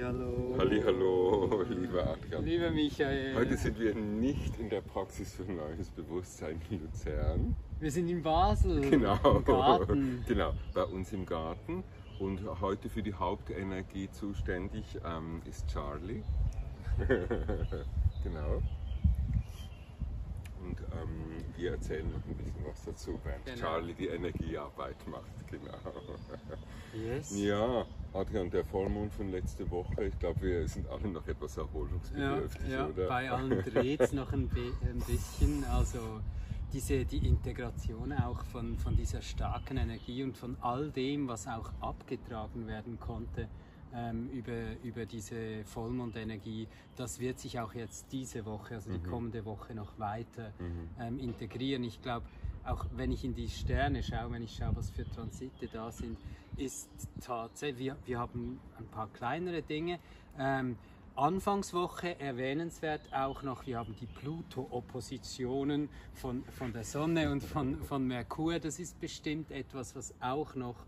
Hallihallo. Hallihallo, lieber Adrian. Lieber Michael. Heute sind wir nicht in der Praxis für neues Bewusstsein in Luzern. Wir sind in Basel. Genau. Im Garten. Genau, bei uns im Garten. Und heute für die Hauptenergie zuständig ist Charlie. Genau. Und wir erzählen noch ein bisschen was dazu, während Charlie die Energiearbeit macht. Genau. Yes. Ja, Adrian, der Vollmond von letzter Woche, ich glaube, wir sind alle noch etwas erholungsbedürftig, Ja, oder? bei allen dreht es noch ein bisschen. Also die Integration auch von dieser starken Energie und von all dem, was auch abgetragen werden konnte über diese Vollmondenergie, das wird sich auch jetzt diese Woche, also die kommende Woche noch weiter integrieren. Ich glaube, auch wenn ich in die Sterne schaue, wenn ich schaue, was für Transite da sind, ist tatsächlich, wir haben ein paar kleinere Dinge. Anfangswoche erwähnenswert auch noch, wir haben die Pluto-Oppositionen von der Sonne und von Merkur. Das ist bestimmt etwas, was auch noch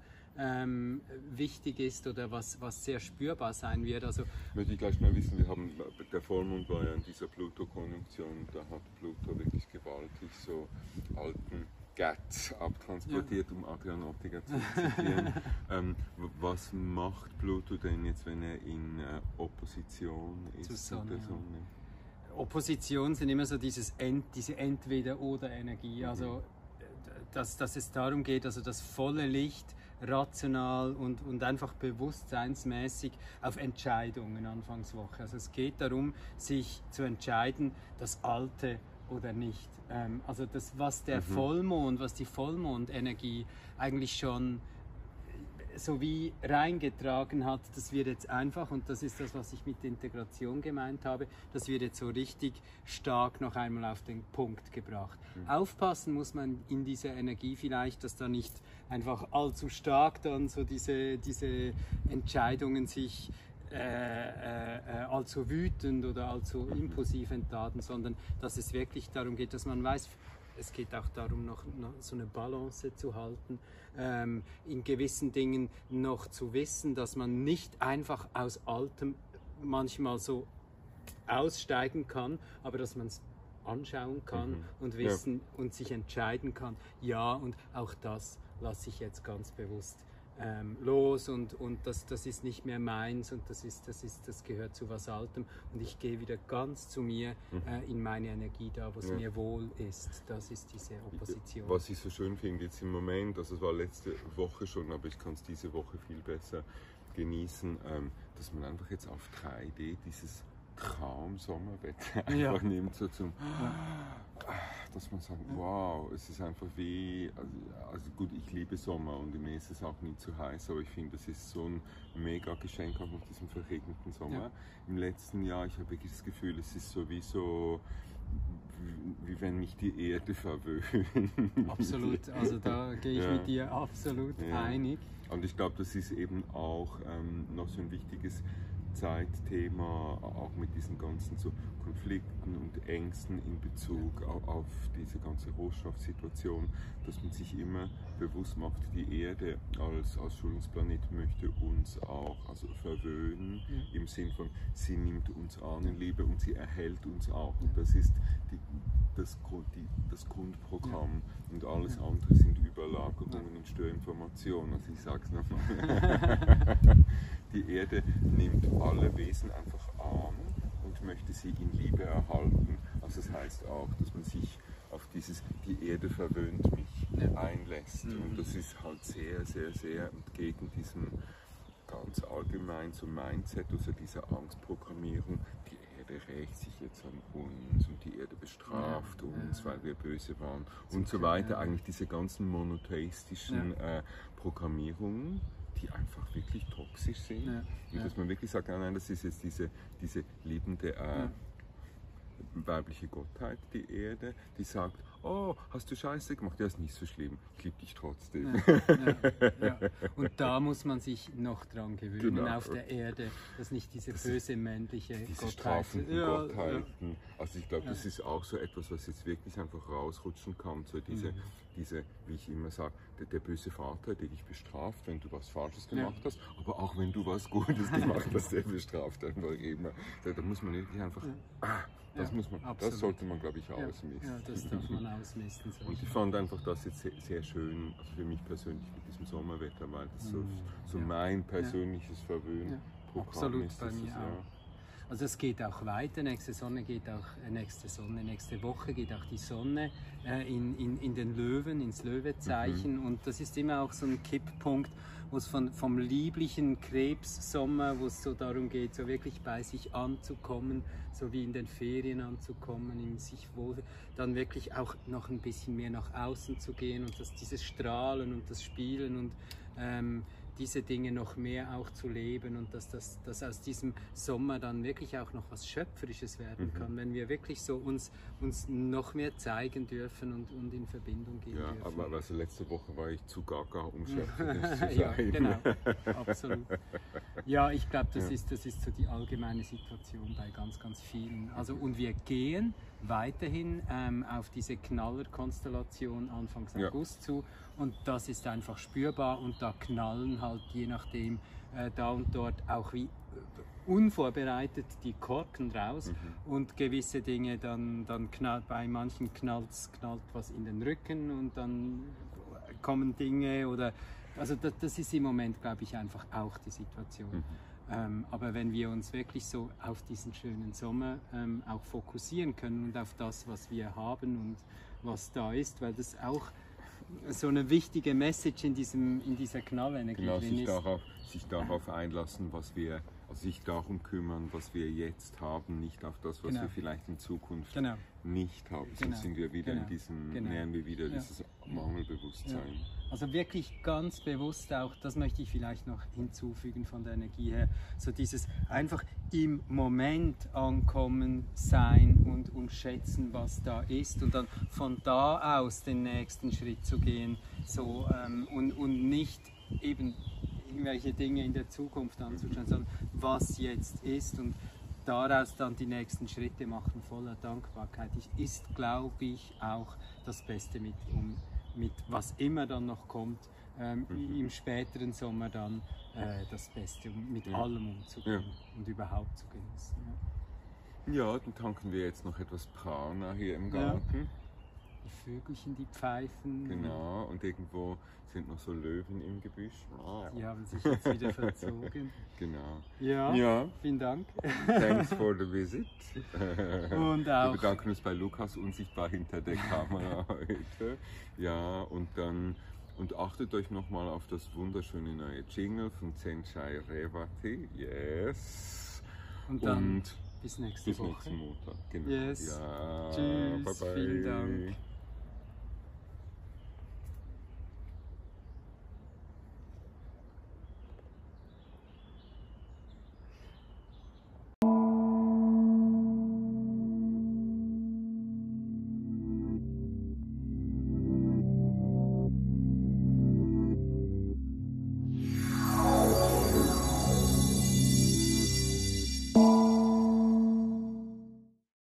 wichtig ist oder was sehr spürbar sein wird. Also, möchte ich gleich schnell wissen, der Vollmond war ja in dieser Pluto-Konjunktion, da hat Pluto wirklich gewaltig so alten Gats abtransportiert, um Adrian Ottiger zu zitieren. Was macht Pluto denn jetzt, wenn er in Opposition ist zur der Sonne? Opposition sind immer so diese Entweder-oder-Energie, also dass es darum geht, also das volle Licht rational und einfach bewusstseinsmäßig auf Entscheidungen Anfangswoche. Also es geht darum, sich zu entscheiden, das Alte oder nicht. Also das, was der Vollmond, was die Vollmondenergie eigentlich schon so wie reingetragen hat, das wird jetzt einfach, und das ist das, was ich mit Integration gemeint habe, das wird jetzt so richtig stark noch einmal auf den Punkt gebracht. Aufpassen muss man in dieser Energie vielleicht, dass da nicht einfach allzu stark dann so diese Entscheidungen sich allzu wütend oder allzu impulsiv entladen, sondern dass es wirklich darum geht, dass man weiß, es geht auch darum, noch so eine Balance zu halten, in gewissen Dingen noch zu wissen, dass man nicht einfach aus Altem manchmal so aussteigen kann, aber dass man es anschauen kann und wissen und sich entscheiden kann, ja, und auch das lasse ich jetzt ganz bewusst los und das ist nicht mehr meins und das gehört zu was Altem und ich gehe wieder ganz zu mir in meine Energie da, wo es mir wohl ist. Das ist diese Opposition. Was ich so schön finde jetzt im Moment, also es war letzte Woche schon, aber ich kann es diese Woche viel besser genießen, dass man einfach jetzt auf 3D dieses Traum-Sommerwetter einfach nimmt, so zum, dass man sagt, wow, es ist einfach wie, also gut, ich liebe Sommer und mir ist es auch nie zu heiß, aber ich finde, das ist so ein mega Geschenk auch nach diesem verregneten Sommer. Ja. Im letzten Jahr, ich habe wirklich das Gefühl, es ist sowieso wie wenn mich die Erde verwöhnt. Absolut, also da gehe ich mit dir absolut einig. Und ich glaube, das ist eben auch noch so ein wichtiges Zeitthema, auch mit diesen ganzen so Konflikten und Ängsten in Bezug auf diese ganze Rohstoffsituation, dass man sich immer bewusst macht, die Erde als Schulungsplanet möchte uns auch verwöhnen, im Sinn von, sie nimmt uns an in Liebe und sie erhält uns auch. Und das ist das Grundprogramm und alles andere sind Überlagerungen und Störinformationen. Also ich sage es nochmal. Die Erde nimmt alle Wesen einfach an und möchte sie in Liebe erhalten. Also das heißt auch, dass man sich auf dieses die Erde verwöhnt mich einlässt. Und das ist halt sehr, sehr, sehr entgegen diesem ganz allgemein so Mindset, also dieser Angstprogrammierung. Die Erde rächt sich jetzt an uns und die Erde bestraft uns, weil wir böse waren und so weiter. Eigentlich diese ganzen monotheistischen Programmierungen, die einfach wirklich toxisch sind. Und dass man wirklich sagt, nein, das ist jetzt diese liebende weibliche Gottheit, die Erde, die sagt, oh, hast du Scheiße gemacht? Ja, ist nicht so schlimm, ich liebe dich trotzdem. Ja. Und da muss man sich noch dran gewöhnen, auf der Erde, dass nicht diese böse männliche diese strafenden Gottheiten. Also ich glaube, das ist auch so etwas, was jetzt wirklich einfach rausrutschen kann, so diese, wie ich immer sage, der böse Vater, der dich bestraft, wenn du was Falsches gemacht hast, aber auch wenn du was Gutes gemacht hast, der bestraft einfach immer. Da muss man wirklich einfach, das sollte man, glaube ich, ausmisten. Ja, das darf man ausmisten. Und ich fand einfach das jetzt sehr schön, also für mich persönlich mit diesem Sommerwetter, weil das so mein persönliches Verwöhnprogramm ist. Bei mir auch. Also es geht auch weiter, nächste Woche geht auch die Sonne in den Löwen, ins Löwezeichen und das ist immer auch so ein Kipppunkt, wo es vom lieblichen Krebssommer, wo es so darum geht, so wirklich bei sich anzukommen, so wie in den Ferien anzukommen, in sich wohl, dann wirklich auch noch ein bisschen mehr nach außen zu gehen und dieses Strahlen und das Spielen und diese Dinge noch mehr auch zu leben und dass aus diesem Sommer dann wirklich auch noch was Schöpferisches werden kann, wenn wir wirklich so uns noch mehr zeigen dürfen und in Verbindung gehen dürfen. Ja, aber also letzte Woche war ich zu gaga, um schöpferisch zu sein. Ja, genau, absolut. Ja, ich glaube, das ist so die allgemeine Situation bei ganz, ganz vielen. Also, und wir gehen weiterhin auf diese Knallerkonstellation Anfangs August zu und das ist einfach spürbar und da knallen halt je nachdem da und dort auch wie unvorbereitet die Korken raus und gewisse Dinge dann knallt, bei manchen knallt was in den Rücken und dann kommen Dinge oder also das ist im Moment, glaube ich, einfach auch die Situation. Aber wenn wir uns wirklich so auf diesen schönen Sommer auch fokussieren können und auf das, was wir haben und was da ist, weil das auch so eine wichtige Message in dieser Knallenergie drin ist. Sich darauf einlassen, sich darum kümmern, was wir jetzt haben, nicht auf das, was wir vielleicht in Zukunft nicht haben. Sonst sind wir wieder nähern wir wieder dieses Mangelbewusstsein. Also wirklich ganz bewusst auch, das möchte ich vielleicht noch hinzufügen von der Energie her, so dieses einfach im Moment ankommen, sein und schätzen, was da ist und dann von da aus den nächsten Schritt zu gehen so, und nicht eben irgendwelche Dinge in der Zukunft anzuschauen, sondern was jetzt ist und daraus dann die nächsten Schritte machen, voller Dankbarkeit. Ist, glaube ich, auch das Beste mit was immer dann noch kommt, im späteren Sommer dann das Beste, um mit allem umzugehen und überhaupt zu genießen. Ja, dann tanken wir jetzt noch etwas Prana hier im Garten. Die Vögelchen, die pfeifen. Genau, und irgendwo sind noch so Löwen im Gebüsch. Die haben sich jetzt wieder verzogen. Genau. Ja, vielen Dank. Thanks for the visit. Und auch. Wir bedanken uns bei Lukas, unsichtbar hinter der Kamera heute. Ja, und achtet euch nochmal auf das wunderschöne neue Jingle von Zenchai Revati. Yes. Und dann bis nächste Woche. Bis nächsten Montag. Genau. Yes. Ja, Tschüss. bye bye. Vielen Dank.